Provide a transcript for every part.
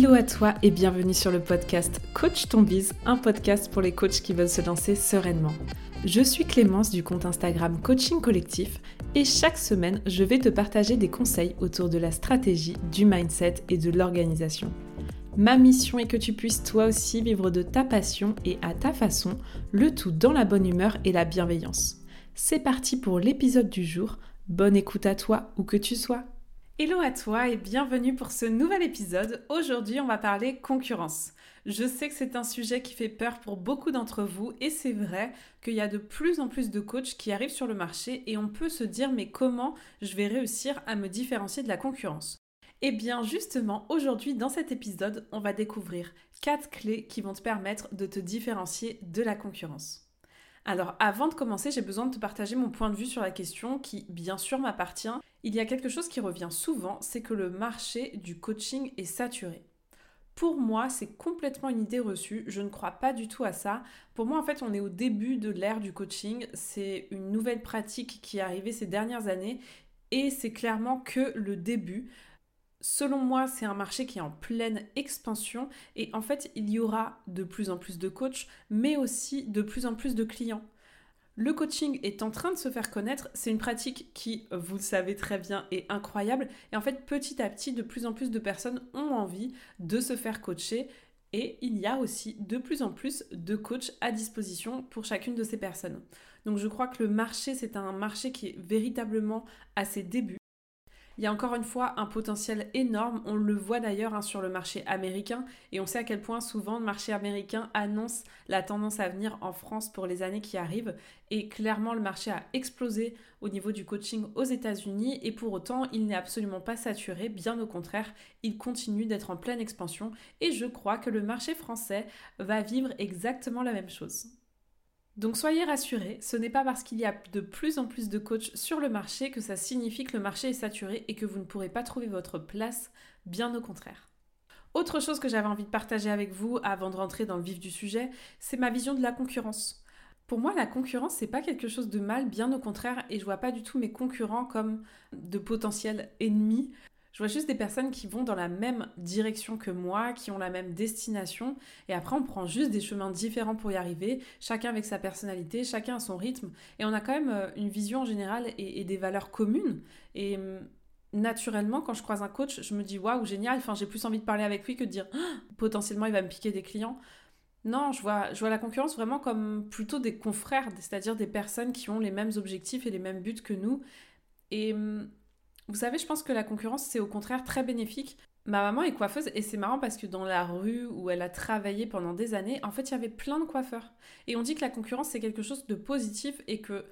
Hello à toi et bienvenue sur le podcast Coach ton biz, un podcast pour les coachs qui veulent se lancer sereinement. Je suis Clémence du compte Instagram Coaching Collectif et chaque semaine, je vais te partager des conseils autour de la stratégie, du mindset et de l'organisation. Ma mission est que tu puisses toi aussi vivre de ta passion et à ta façon, le tout dans la bonne humeur et la bienveillance. C'est parti pour l'épisode du jour. Bonne écoute à toi où que tu sois. Hello à toi et bienvenue pour ce nouvel épisode. Aujourd'hui, on va parler concurrence. Je sais que c'est un sujet qui fait peur pour beaucoup d'entre vous et c'est vrai qu'il y a de plus en plus de coachs qui arrivent sur le marché et on peut se dire mais comment je vais réussir à me différencier de la concurrence ? Eh bien justement, aujourd'hui dans cet épisode, on va découvrir 4 clés qui vont te permettre de te différencier de la concurrence. Alors avant de commencer, j'ai besoin de te partager mon point de vue sur la question qui bien sûr m'appartient. Il y a quelque chose qui revient souvent, c'est que le marché du coaching est saturé. Pour moi, c'est complètement une idée reçue, je ne crois pas du tout à ça. Pour moi, en fait, on est au début de l'ère du coaching, c'est une nouvelle pratique qui est arrivée ces dernières années et c'est clairement que le début. Selon moi, c'est un marché qui est en pleine expansion et en fait, il y aura de plus en plus de coachs, mais aussi de plus en plus de clients. Le coaching est en train de se faire connaître, c'est une pratique qui, vous le savez très bien, est incroyable et en fait, petit à petit, de plus en plus de personnes ont envie de se faire coacher et il y a aussi de plus en plus de coachs à disposition pour chacune de ces personnes. Donc je crois que le marché, c'est un marché qui est véritablement à ses débuts. Il y a encore une fois un potentiel énorme, on le voit d'ailleurs sur le marché américain et on sait à quel point souvent le marché américain annonce la tendance à venir en France pour les années qui arrivent et clairement le marché a explosé au niveau du coaching aux États-Unis et pour autant il n'est absolument pas saturé, bien au contraire, il continue d'être en pleine expansion et je crois que le marché français va vivre exactement la même chose. Donc soyez rassurés, ce n'est pas parce qu'il y a de plus en plus de coachs sur le marché que ça signifie que le marché est saturé et que vous ne pourrez pas trouver votre place, bien au contraire. Autre chose que j'avais envie de partager avec vous avant de rentrer dans le vif du sujet, c'est ma vision de la concurrence. Pour moi, la concurrence, c'est pas quelque chose de mal, bien au contraire, et je vois pas du tout mes concurrents comme de potentiels ennemis. Je vois juste des personnes qui vont dans la même direction que moi, qui ont la même destination, et après on prend juste des chemins différents pour y arriver, chacun avec sa personnalité, chacun à son rythme, et on a quand même une vision en général et des valeurs communes. Et naturellement, quand je croise un coach, je me dis waouh, génial, enfin, j'ai plus envie de parler avec lui que de dire potentiellement il va me piquer des clients. Non, je vois la concurrence vraiment comme plutôt des confrères, c'est-à-dire des personnes qui ont les mêmes objectifs et les mêmes buts que nous. Et vous savez, je pense que la concurrence, c'est au contraire très bénéfique. Ma maman est coiffeuse et c'est marrant parce que dans la rue où elle a travaillé pendant des années, en fait, il y avait plein de coiffeurs. Et on dit que la concurrence, c'est quelque chose de positif et que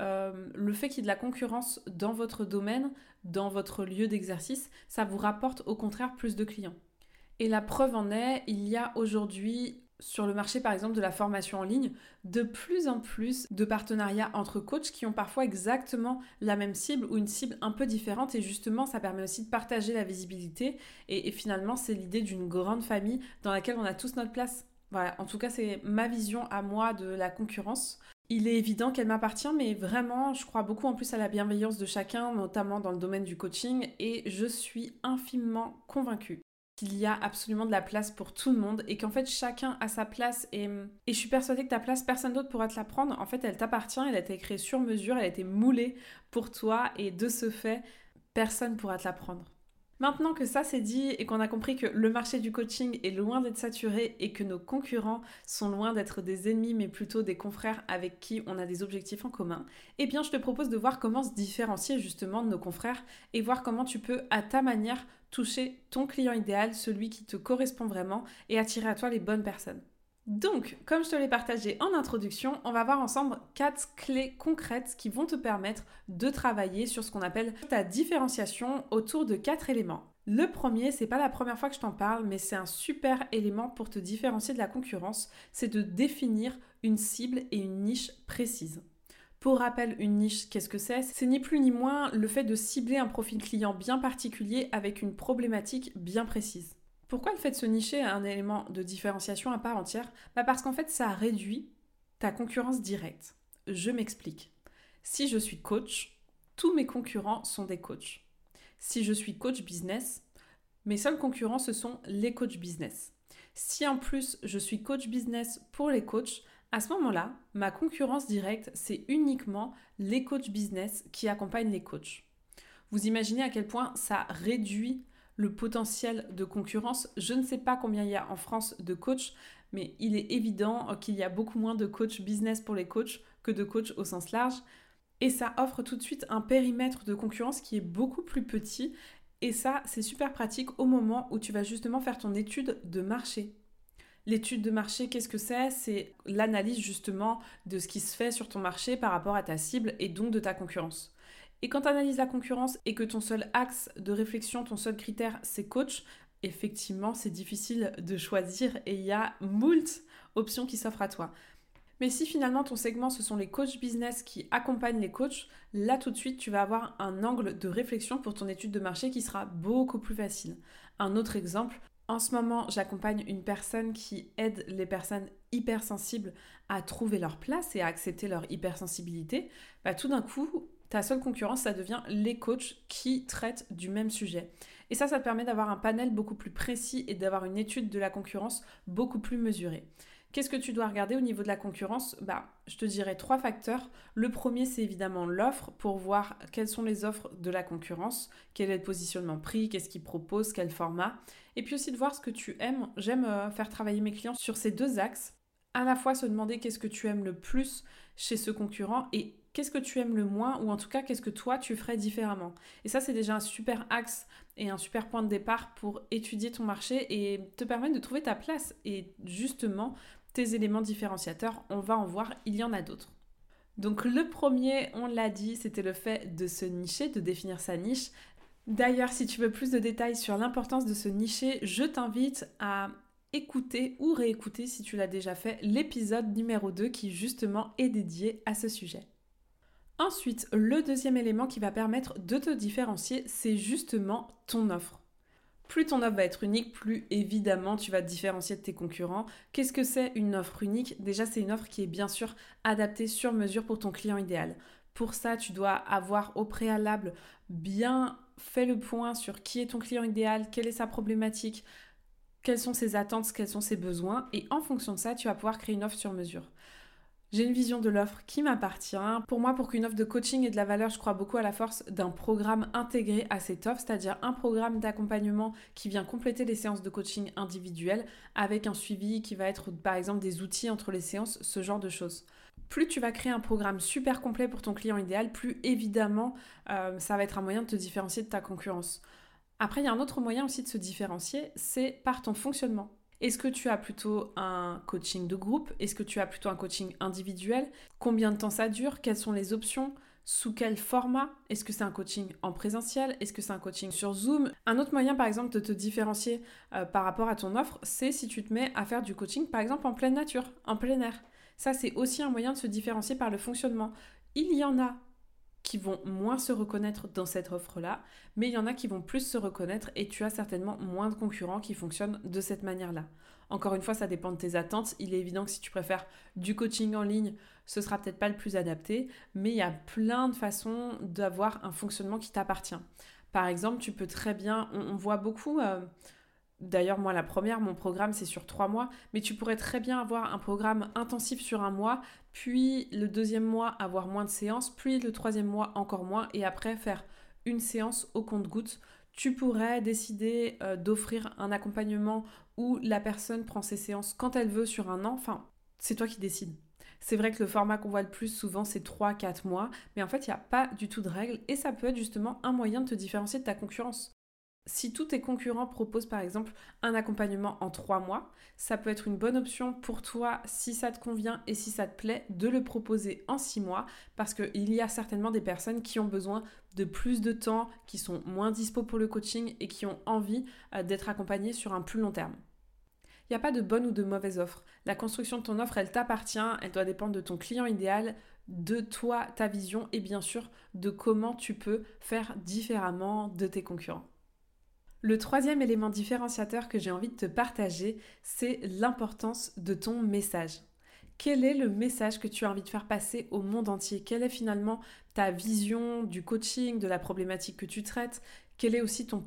le fait qu'il y ait de la concurrence dans votre domaine, dans votre lieu d'exercice, ça vous rapporte au contraire plus de clients. Et la preuve en est, il y a aujourd'hui sur le marché par exemple de la formation en ligne, de plus en plus de partenariats entre coachs qui ont parfois exactement la même cible ou une cible un peu différente et justement ça permet aussi de partager la visibilité et finalement c'est l'idée d'une grande famille dans laquelle on a tous notre place. Voilà, en tout cas c'est ma vision à moi de la concurrence. Il est évident qu'elle m'appartient, mais vraiment, je crois beaucoup en plus à la bienveillance de chacun, notamment dans le domaine du coaching, et je suis infiniment convaincue qu'il y a absolument de la place pour tout le monde et qu'en fait chacun a sa place et je suis persuadée que ta place, personne d'autre pourra te la prendre. En fait, elle t'appartient, elle a été créée sur mesure, elle a été moulée pour toi et de ce fait, personne pourra te la prendre. Maintenant que ça c'est dit et qu'on a compris que le marché du coaching est loin d'être saturé et que nos concurrents sont loin d'être des ennemis mais plutôt des confrères avec qui on a des objectifs en commun, eh bien je te propose de voir comment se différencier justement de nos confrères et voir comment tu peux à ta manière toucher ton client idéal, celui qui te correspond vraiment et attirer à toi les bonnes personnes. Donc, comme je te l'ai partagé en introduction, on va voir ensemble 4 clés concrètes qui vont te permettre de travailler sur ce qu'on appelle ta différenciation autour de 4 éléments. Le premier, c'est pas la première fois que je t'en parle, mais c'est un super élément pour te différencier de la concurrence, c'est de définir une cible et une niche précise. Pour rappel, une niche, qu'est-ce que c'est ? C'est ni plus ni moins le fait de cibler un profil client bien particulier avec une problématique bien précise. Pourquoi le fait de se nicher est un élément de différenciation à part entière ? Parce qu'en fait, ça réduit ta concurrence directe. Je m'explique. Si je suis coach, tous mes concurrents sont des coachs. Si je suis coach business, Mes seuls concurrents, ce sont les coachs business. Si en plus je suis coach business pour les coachs, à ce moment-là, ma concurrence directe, c'est uniquement les coachs business qui accompagnent les coachs. Vous imaginez à quel point ça réduit le potentiel de concurrence. Je ne sais pas combien il y a en France de coachs, mais il est évident qu'il y a beaucoup moins de coachs business pour les coachs que de coachs au sens large. Et ça offre tout de suite un périmètre de concurrence qui est beaucoup plus petit. Et ça, c'est super pratique au moment où tu vas justement faire ton étude de marché. L'étude de marché, qu'est-ce que c'est ? C'est l'analyse justement de ce qui se fait sur ton marché par rapport à ta cible et donc de ta concurrence. Et quand tu analyses la concurrence et que ton seul axe de réflexion, ton seul critère, c'est coach, effectivement, c'est difficile de choisir et il y a moult options qui s'offrent à toi. Mais si finalement ton segment, ce sont les coachs business qui accompagnent les coachs, là tout de suite, tu vas avoir un angle de réflexion pour ton étude de marché qui sera beaucoup plus facile. Un autre exemple, en ce moment, j'accompagne une personne qui aide les personnes hypersensibles à trouver leur place et à accepter leur hypersensibilité. Tout d'un coup, ta seule concurrence, ça devient les coachs qui traitent du même sujet. Et ça te permet d'avoir un panel beaucoup plus précis et d'avoir une étude de la concurrence beaucoup plus mesurée. Qu'est-ce que tu dois regarder au niveau de la concurrence ? Je te dirais 3 facteurs. Le premier, c'est évidemment l'offre pour voir quelles sont les offres de la concurrence, quel est le positionnement prix, qu'est-ce qu'ils proposent, quel format. Et puis aussi de voir ce que tu aimes. J'aime faire travailler mes clients sur ces 2 axes. À la fois se demander qu'est-ce que tu aimes le plus chez ce concurrent et qu'est-ce que tu aimes le moins ou en tout cas qu'est-ce que toi tu ferais différemment. Et ça c'est déjà un super axe et un super point de départ pour étudier ton marché et te permettre de trouver ta place. Et justement, tes éléments différenciateurs, on va en voir, il y en a d'autres. Donc le premier, on l'a dit, c'était le fait de se nicher, de définir sa niche. D'ailleurs, si tu veux plus de détails sur l'importance de se nicher, je t'invite à écouter ou réécouter, si tu l'as déjà fait, l'épisode numéro 2 qui justement est dédié à ce sujet. Ensuite, le deuxième élément qui va permettre de te différencier, c'est justement ton offre. Plus ton offre va être unique, plus évidemment tu vas te différencier de tes concurrents. Qu'est-ce que c'est une offre unique ? Déjà, c'est une offre qui est bien sûr adaptée sur mesure pour ton client idéal. Pour ça, tu dois avoir au préalable bien fait le point sur qui est ton client idéal, quelle est sa problématique, quelles sont ses attentes, quels sont ses besoins. Et en fonction de ça, tu vas pouvoir créer une offre sur mesure. J'ai une vision de l'offre qui m'appartient. Pour moi, pour qu'une offre de coaching ait de la valeur, je crois beaucoup à la force d'un programme intégré à cette offre, c'est-à-dire un programme d'accompagnement qui vient compléter les séances de coaching individuelles avec un suivi qui va être par exemple des outils entre les séances, ce genre de choses. Plus tu vas créer un programme super complet pour ton client idéal, plus évidemment ça va être un moyen de te différencier de ta concurrence. Après, il y a un autre moyen aussi de se différencier, c'est par ton fonctionnement. Est-ce que tu as plutôt un coaching de groupe ? Est-ce que tu as plutôt un coaching individuel ? Combien de temps ça dure ? Quelles sont les options ? Sous quel format ? Est-ce que c'est un coaching en présentiel ? Est-ce que c'est un coaching sur Zoom ? Un autre moyen, par exemple, de te différencier par rapport à ton offre, c'est si tu te mets à faire du coaching, par exemple, en pleine nature, en plein air. Ça, c'est aussi un moyen de se différencier par le fonctionnement. Il y en a qui vont moins se reconnaître dans cette offre-là, mais il y en a qui vont plus se reconnaître et tu as certainement moins de concurrents qui fonctionnent de cette manière-là. Encore une fois, ça dépend de tes attentes. Il est évident que si tu préfères du coaching en ligne, ce sera peut-être pas le plus adapté, mais il y a plein de façons d'avoir un fonctionnement qui t'appartient. Par exemple, tu peux très bien, on voit beaucoup... D'ailleurs, moi, la première, mon programme, c'est sur 3 mois, mais tu pourrais très bien avoir un programme intensif sur 1 mois, puis le 2e mois, avoir moins de séances, puis le 3e mois, encore moins, et après faire une séance au compte-gouttes. Tu pourrais décider d'offrir un accompagnement où la personne prend ses séances quand elle veut sur 1 an. Enfin, c'est toi qui décides. C'est vrai que le format qu'on voit le plus souvent, c'est 3-4 mois, mais en fait, il n'y a pas du tout de règles, et ça peut être justement un moyen de te différencier de ta concurrence. Si tous tes concurrents proposent par exemple un accompagnement en 3 mois, ça peut être une bonne option pour toi si ça te convient et si ça te plaît de le proposer en 6 mois parce qu'il y a certainement des personnes qui ont besoin de plus de temps, qui sont moins dispo pour le coaching et qui ont envie d'être accompagnées sur un plus long terme. Il n'y a pas de bonne ou de mauvaise offre. La construction de ton offre, elle t'appartient, elle doit dépendre de ton client idéal, de toi, ta vision et bien sûr de comment tu peux faire différemment de tes concurrents. Le 3e élément différenciateur que j'ai envie de te partager, c'est l'importance de ton message. Quel est le message que tu as envie de faire passer au monde entier ? Quelle est finalement ta vision du coaching, de la problématique que tu traites ? Quel est aussi ton pourquoi ?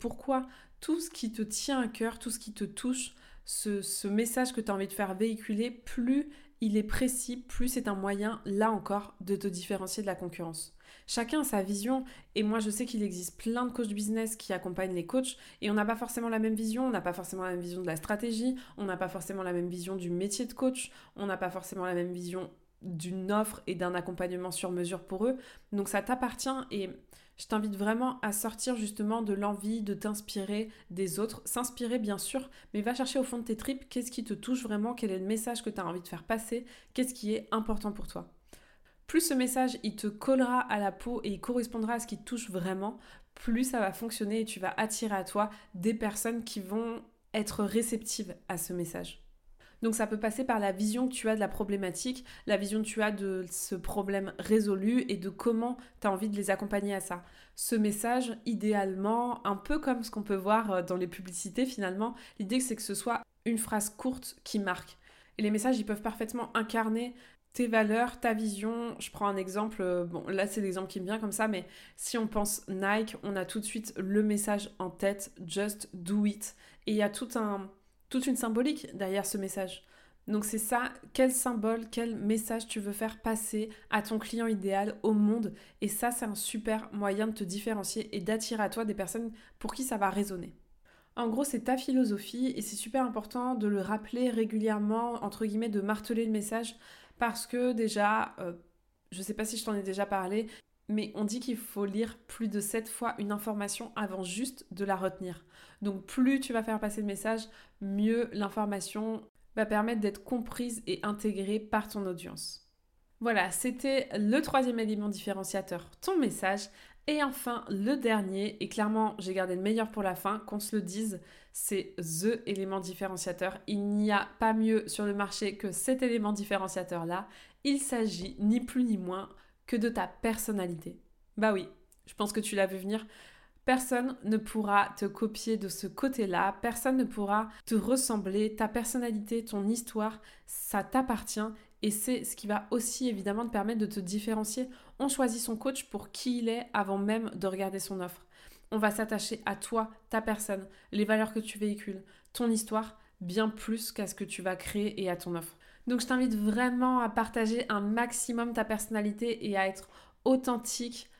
tout ce qui te tient à cœur, tout ce qui te touche, ce message que tu as envie de faire véhiculer, plus il est précis, plus c'est un moyen, là encore, de te différencier de la concurrence. Chacun a sa vision et moi je sais qu'il existe plein de coachs business qui accompagnent les coachs et on n'a pas forcément la même vision, on n'a pas forcément la même vision de la stratégie, on n'a pas forcément la même vision du métier de coach, on n'a pas forcément la même vision d'une offre et d'un accompagnement sur mesure pour eux. Donc ça t'appartient et je t'invite vraiment à sortir justement de l'envie de t'inspirer des autres. S'inspirer bien sûr, mais va chercher au fond de tes tripes qu'est-ce qui te touche vraiment, quel est le message que tu as envie de faire passer, qu'est-ce qui est important pour toi. Plus ce message, il te collera à la peau et il correspondra à ce qui te touche vraiment, plus ça va fonctionner et tu vas attirer à toi des personnes qui vont être réceptives à ce message. Donc ça peut passer par la vision que tu as de la problématique, la vision que tu as de ce problème résolu et de comment tu as envie de les accompagner à ça. Ce message, idéalement, un peu comme ce qu'on peut voir dans les publicités finalement, l'idée c'est que ce soit une phrase courte qui marque. Et les messages, ils peuvent parfaitement incarner tes valeurs, ta vision. Je prends un exemple, bon là c'est l'exemple qui me vient comme ça, mais si on pense Nike, on a tout de suite le message en tête, just do it. Et il y a toute une symbolique derrière ce message. Donc c'est ça, quel symbole, quel message tu veux faire passer à ton client idéal, au monde. Et ça, c'est un super moyen de te différencier et d'attirer à toi des personnes pour qui ça va résonner. En gros, c'est ta philosophie et c'est super important de le rappeler régulièrement, entre guillemets, de marteler le message parce que déjà, je sais pas si je t'en ai déjà parlé, mais on dit qu'il faut lire plus de 7 fois une information avant juste de la retenir. Donc plus tu vas faire passer le message, mieux l'information va permettre d'être comprise et intégrée par ton audience. Voilà, c'était le troisième élément différenciateur, ton message. Et enfin, le dernier, et clairement j'ai gardé le meilleur pour la fin, qu'on se le dise, c'est THE élément différenciateur. Il n'y a pas mieux sur le marché que cet élément différenciateur-là. Il s'agit ni plus ni moins que de ta personnalité. Bah oui, je pense que tu l'as vu venir. Personne ne pourra te copier de ce côté-là, personne ne pourra te ressembler, ta personnalité, ton histoire, ça t'appartient et c'est ce qui va aussi évidemment te permettre de te différencier. On choisit son coach pour qui il est avant même de regarder son offre. On va s'attacher à toi, ta personne, les valeurs que tu véhicules, ton histoire, bien plus qu'à ce que tu vas créer et à ton offre. Donc je t'invite vraiment à partager un maximum ta personnalité et à être authentique.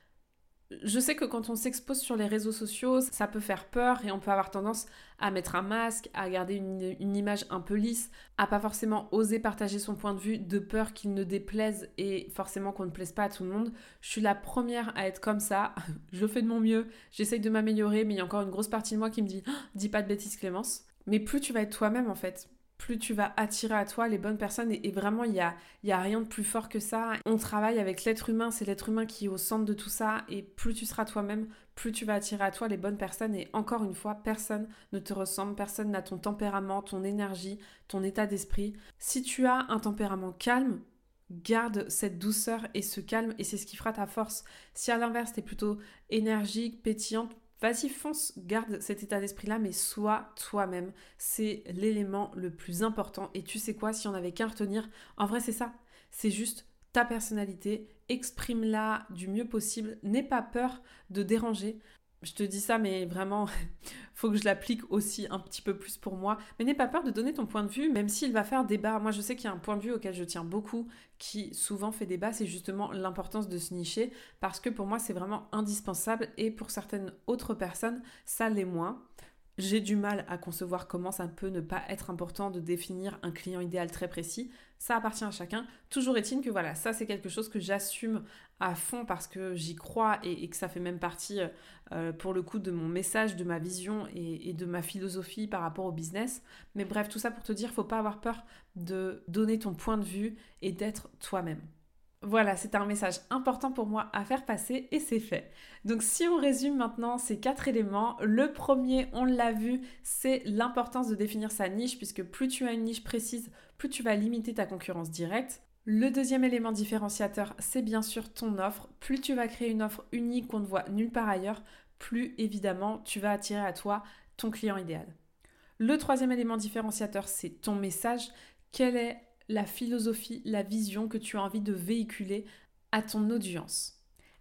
Je sais que quand on s'expose sur les réseaux sociaux, ça peut faire peur et on peut avoir tendance à mettre un masque, à garder une image un peu lisse, à pas forcément oser partager son point de vue de peur qu'il ne déplaise et forcément qu'on ne plaise pas à tout le monde. Je suis la première à être comme ça, je fais de mon mieux, j'essaye de m'améliorer, mais il y a encore une grosse partie de moi qui me dit « Dis pas de bêtises Clémence ». Mais plus tu vas être toi-même en fait, plus tu vas attirer à toi les bonnes personnes et vraiment il y a rien de plus fort que ça. On travaille avec l'être humain, c'est l'être humain qui est au centre de tout ça et plus tu seras toi-même, plus tu vas attirer à toi les bonnes personnes et encore une fois, personne ne te ressemble, personne n'a ton tempérament, ton énergie, ton état d'esprit. Si tu as un tempérament calme, garde cette douceur et ce calme et c'est ce qui fera ta force. Si à l'inverse, t'es plutôt énergique, pétillante, vas-y, fonce, garde cet état d'esprit-là, mais sois toi-même. C'est l'élément le plus important. Et tu sais quoi, si on n'avait qu'à retenir, en vrai, c'est ça. C'est juste ta personnalité, exprime-la du mieux possible. N'aie pas peur de déranger. Je te dis ça, mais vraiment, faut que je l'applique aussi un petit peu plus pour moi. Mais n'aie pas peur de donner ton point de vue, même s'il va faire débat. Moi, je sais qu'il y a un point de vue auquel je tiens beaucoup, qui souvent fait débat, c'est justement l'importance de se nicher, parce que pour moi, c'est vraiment indispensable, et pour certaines autres personnes, ça l'est moins. J'ai du mal à concevoir comment ça peut ne pas être important de définir un client idéal très précis. Ça appartient à chacun. Toujours est-il que voilà, ça c'est quelque chose que j'assume à fond parce que j'y crois et que ça fait même partie pour le coup de mon message, de ma vision et de ma philosophie par rapport au business. Mais bref, tout ça pour te dire, faut pas avoir peur de donner ton point de vue et d'être toi-même. Voilà, c'est un message important pour moi à faire passer et c'est fait. Donc si on résume maintenant ces 4 éléments, le premier, on l'a vu, c'est l'importance de définir sa niche puisque plus tu as une niche précise, plus tu vas limiter ta concurrence directe. Le deuxième élément différenciateur, c'est bien sûr ton offre. Plus tu vas créer une offre unique qu'on ne voit nulle part ailleurs, plus évidemment tu vas attirer à toi ton client idéal. Le troisième élément différenciateur, c'est ton message. Quel est la philosophie, la vision que tu as envie de véhiculer à ton audience.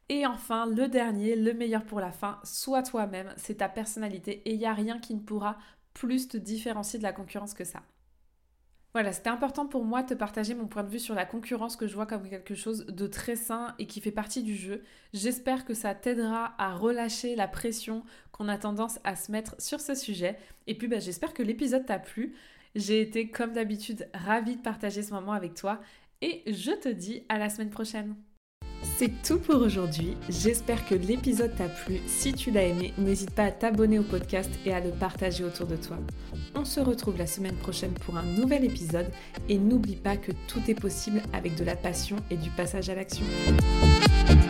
Et enfin, le dernier, le meilleur pour la fin, sois toi-même, c'est ta personnalité et il n'y a rien qui ne pourra plus te différencier de la concurrence que ça. Voilà, c'était important pour moi de te partager mon point de vue sur la concurrence que je vois comme quelque chose de très sain et qui fait partie du jeu. J'espère que ça t'aidera à relâcher la pression qu'on a tendance à se mettre sur ce sujet. Et puis j'espère que l'épisode t'a plu. J'ai été comme d'habitude ravie de partager ce moment avec toi et je te dis à la semaine prochaine. C'est tout pour aujourd'hui, j'espère que l'épisode t'a plu. Si tu l'as aimé, n'hésite pas à t'abonner au podcast et à le partager autour de toi. On se retrouve la semaine prochaine pour un nouvel épisode et n'oublie pas que tout est possible avec de la passion et du passage à l'action.